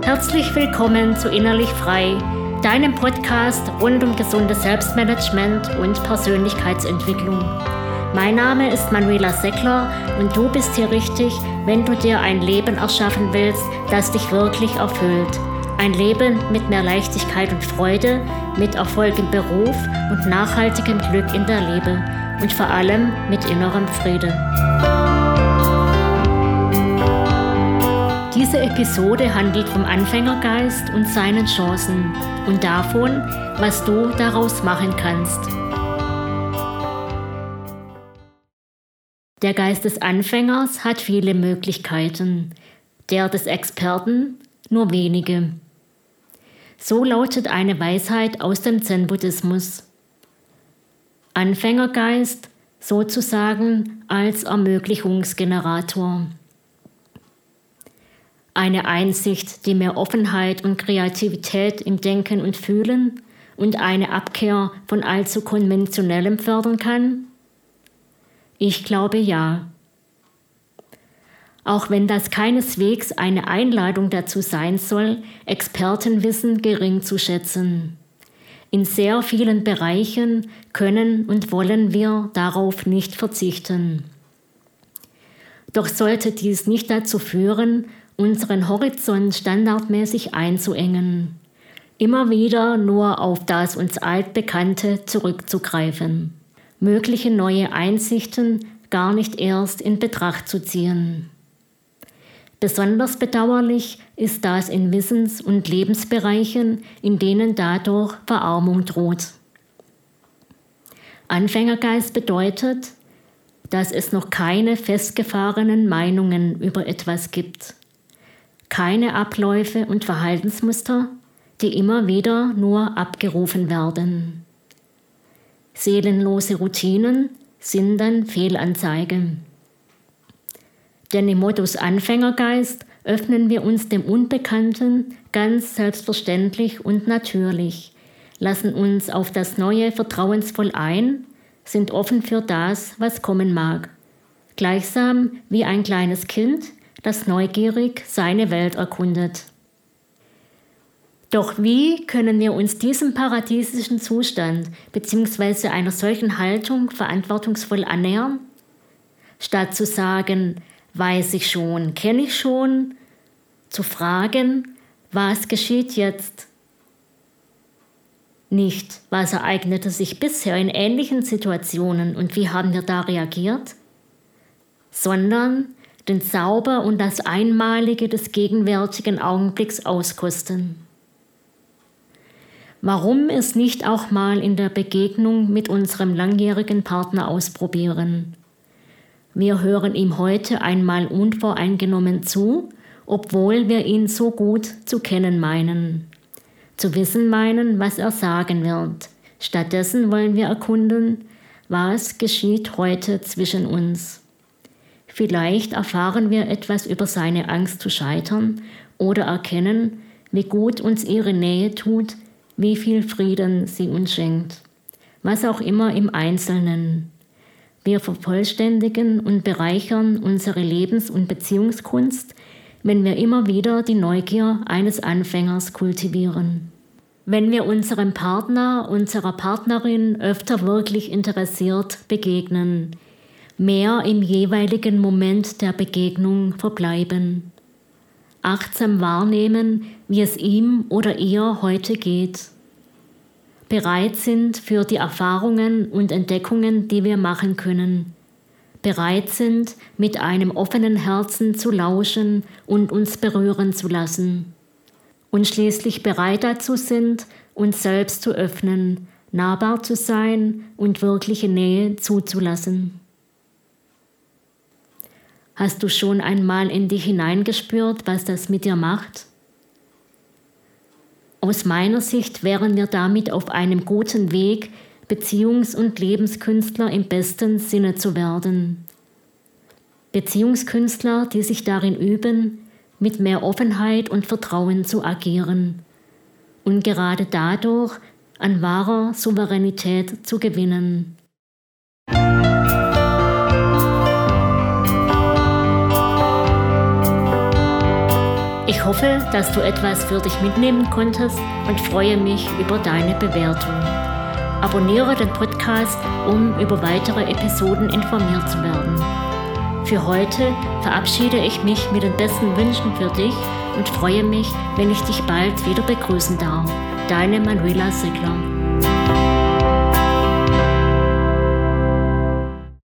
Herzlich willkommen zu Innerlich Frei, deinem Podcast rund um gesundes Selbstmanagement und Persönlichkeitsentwicklung. Mein Name ist Manuela Seckler und du bist hier richtig, wenn du dir ein Leben erschaffen willst, das dich wirklich erfüllt. Ein Leben mit mehr Leichtigkeit und Freude, mit Erfolg im Beruf und nachhaltigem Glück in der Liebe und vor allem mit innerem Frieden. Diese Episode handelt vom Anfängergeist und seinen Chancen und davon, was du daraus machen kannst. Der Geist des Anfängers hat viele Möglichkeiten, der des Experten nur wenige. So lautet eine Weisheit aus dem Zen-Buddhismus. Anfängergeist sozusagen als Ermöglichungsgenerator. Eine Einsicht, die mehr Offenheit und Kreativität im Denken und Fühlen und eine Abkehr von allzu Konventionellem fördern kann? Ich glaube ja. Auch wenn das keineswegs eine Einladung dazu sein soll, Expertenwissen gering zu schätzen. In sehr vielen Bereichen können und wollen wir darauf nicht verzichten. Doch sollte dies nicht dazu führen, unseren Horizont standardmäßig einzuengen, immer wieder nur auf das uns Altbekannte zurückzugreifen, mögliche neue Einsichten gar nicht erst in Betracht zu ziehen. Besonders bedauerlich ist das in Wissens- und Lebensbereichen, in denen dadurch Verarmung droht. Anfängergeist bedeutet, dass es noch keine festgefahrenen Meinungen über etwas gibt. Keine Abläufe und Verhaltensmuster, die immer wieder nur abgerufen werden. Seelenlose Routinen sind dann Fehlanzeige. Denn im Modus Anfängergeist öffnen wir uns dem Unbekannten ganz selbstverständlich und natürlich, lassen uns auf das Neue vertrauensvoll ein, sind offen für das, was kommen mag. Gleichsam wie ein kleines Kind, das neugierig seine Welt erkundet. Doch wie können wir uns diesem paradiesischen Zustand bzw. einer solchen Haltung verantwortungsvoll annähern? Statt zu sagen, weiß ich schon, kenne ich schon, zu fragen, was geschieht jetzt? Nicht, was ereignete sich bisher in ähnlichen Situationen und wie haben wir da reagiert? Sondern den Zauber und das Einmalige des gegenwärtigen Augenblicks auskosten. Warum es nicht auch mal in der Begegnung mit unserem langjährigen Partner ausprobieren? Wir hören ihm heute einmal unvoreingenommen zu, obwohl wir ihn so gut zu kennen meinen. Zu wissen meinen, was er sagen wird. Stattdessen wollen wir erkunden, was geschieht heute zwischen uns. Vielleicht erfahren wir etwas über seine Angst zu scheitern oder erkennen, wie gut uns ihre Nähe tut, wie viel Frieden sie uns schenkt. Was auch immer im Einzelnen. Wir vervollständigen und bereichern unsere Lebens- und Beziehungskunst, wenn wir immer wieder die Neugier eines Anfängers kultivieren. Wenn wir unserem Partner, unserer Partnerin öfter wirklich interessiert begegnen, mehr im jeweiligen Moment der Begegnung verbleiben. Achtsam wahrnehmen, wie es ihm oder ihr heute geht. Bereit sind für die Erfahrungen und Entdeckungen, die wir machen können. Bereit sind, mit einem offenen Herzen zu lauschen und uns berühren zu lassen. Und schließlich bereit dazu sind, uns selbst zu öffnen, nahbar zu sein und wirkliche Nähe zuzulassen. Hast du schon einmal in dich hineingespürt, was das mit dir macht? Aus meiner Sicht wären wir damit auf einem guten Weg, Beziehungs- und Lebenskünstler im besten Sinne zu werden. Beziehungskünstler, die sich darin üben, mit mehr Offenheit und Vertrauen zu agieren und gerade dadurch an wahrer Souveränität zu gewinnen. hoffe, dass du etwas für dich mitnehmen konntest und freue mich über deine Bewertung. Abonniere den Podcast, um über weitere Episoden informiert zu werden. Für heute verabschiede ich mich mit den besten Wünschen für dich und freue mich, wenn ich dich bald wieder begrüßen darf. Deine Manuela Sigler.